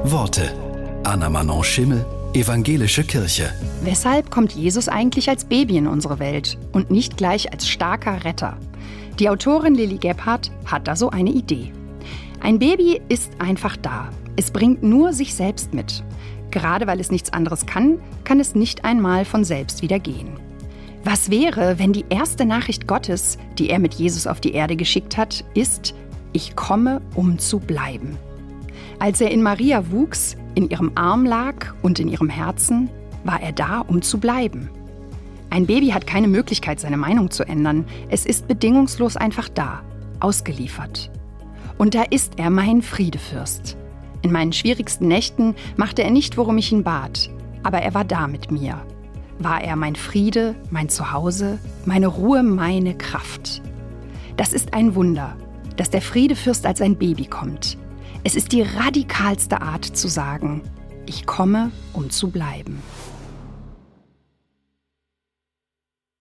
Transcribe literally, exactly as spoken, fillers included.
Worte. Anna-Manon Schimmel, Evangelische Kirche. Weshalb kommt Jesus eigentlich als Baby in unsere Welt und nicht gleich als starker Retter? Die Autorin Lilly Gebhardt hat da so eine Idee. Ein Baby ist einfach da. Es bringt nur sich selbst mit. Gerade weil es nichts anderes kann, kann es nicht einmal von selbst wieder gehen. Was wäre, wenn die erste Nachricht Gottes, die er mit Jesus auf die Erde geschickt hat, ist: Ich komme, um zu bleiben. Als er in Maria wuchs, in ihrem Arm lag und in ihrem Herzen, war er da, um zu bleiben. Ein Baby hat keine Möglichkeit, seine Meinung zu ändern. Es ist bedingungslos einfach da, ausgeliefert. Und da ist er, mein Friedefürst. In meinen schwierigsten Nächten machte er nicht, worum ich ihn bat, aber er war da mit mir. War er mein Friede, mein Zuhause, meine Ruhe, meine Kraft. Das ist ein Wunder, dass der Friedefürst als ein Baby kommt. Es ist die radikalste Art zu sagen: Ich komme, um zu bleiben.